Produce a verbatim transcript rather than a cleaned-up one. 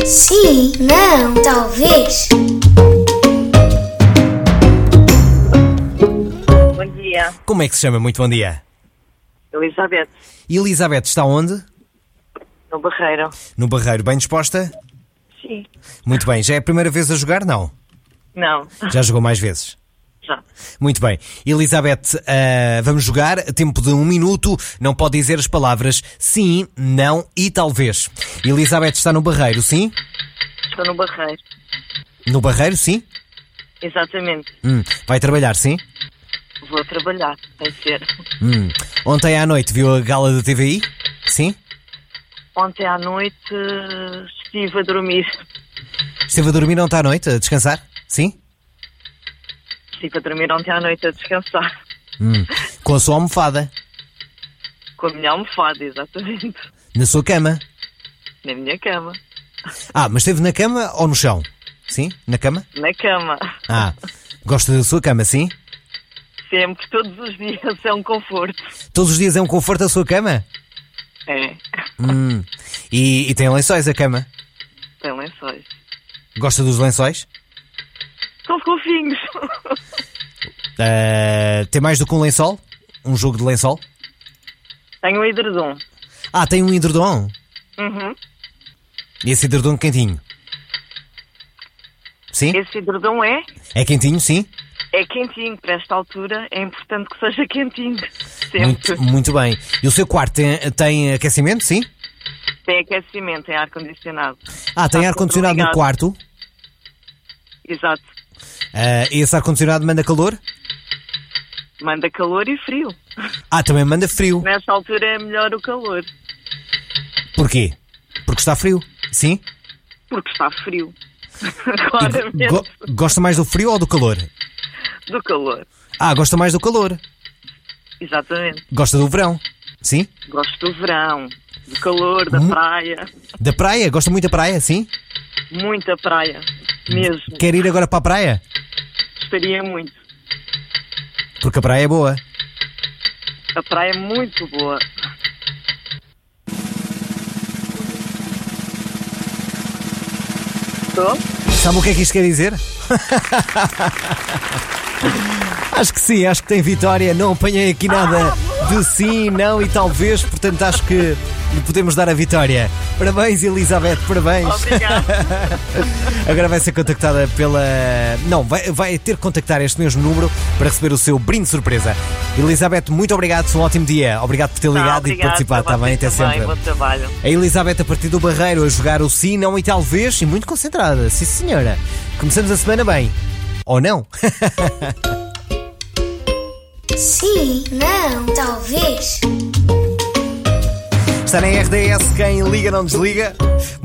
Sim, não, talvez. Bom dia, Como é que se chama? Muito bom dia. Elizabeth, Elizabeth está onde? no Barreiro. No Barreiro. Bem disposta? Sim. Muito bem. Já é a primeira vez a jogar? Não. Não, Já jogou mais vezes? já. Muito bem. Elizabeth, ah, vamos jogar. Tempo de um minuto. Não pode dizer as palavras sim, não e talvez. Elizabeth está no Barreiro, sim? Estou no Barreiro. No Barreiro, sim? Exatamente. Hum. Vai trabalhar, sim? Vou trabalhar, tem de ser. Hum. Ontem à noite viu a gala da T V I? Sim? Ontem à noite eh, estive a dormir. Esteve a dormir ontem à noite, a descansar? Sim? Estive a dormir ontem à noite a descansar. Hum. Com a sua almofada? Com a minha almofada, exatamente. Na sua cama? Na minha cama. Ah, mas esteve na cama ou no chão? Sim? Na cama? Na cama. Ah, gosta da sua cama, sim? Sempre, todos os dias, é um conforto. Todos os dias é um conforto a sua cama? É, Hum. E, e tem lençóis a cama? tem lençóis. Gosta dos lençóis? São fofinhos. Ah, tem mais do que um lençol? Um jogo de lençol? Tenho um edredom. Ah, tem um edredom. Uhum. E esse edredom quentinho? Sim? Esse edredom é? É quentinho, sim? É quentinho, para esta altura é importante que seja quentinho. Sempre. Muito, muito bem. E o seu quarto tem, tem aquecimento, sim? Tem aquecimento, tem ar-condicionado. Ah, tem Está ar-condicionado tudo no ligado. quarto. Exato. Ah, esse ar-condicionado manda calor? Manda calor e frio. Ah, também manda frio. Nesta altura é melhor o calor, Porquê? Porque está frio, sim? porque está frio. E Claramente, go- gosta mais do frio ou do calor? do calor. Ah, gosta mais do calor. Exatamente. Gosta do verão, sim? Gosto do verão, do calor, da Hum. praia. Da praia? Gosta muito da praia, sim? Muita praia, mesmo. Quer ir agora para a praia? Gostaria muito. Porque a praia é boa. A praia é muito boa. Estou? Sabe o que é que isto quer dizer? Acho que sim, acho que tem vitória. Não apanhei aqui nada de sim, não e talvez, portanto acho que lhe podemos dar a vitória. Parabéns, Elizabeth, parabéns. Obrigada. Agora vai ser contactada pela... Não, vai, vai ter que contactar este mesmo número para receber o seu brinde surpresa. Elizabeth, muito obrigado, um ótimo dia. Obrigado por ter ligado Tá, e participado, está bem? Até também, sempre. bom trabalho. A Elizabeth a partir do Barreiro a jogar o sim, não e talvez, e muito concentrada. Sim, senhora. Começamos a semana bem. Ou não? Sim, não, talvez. Está na R D S, quem liga não desliga.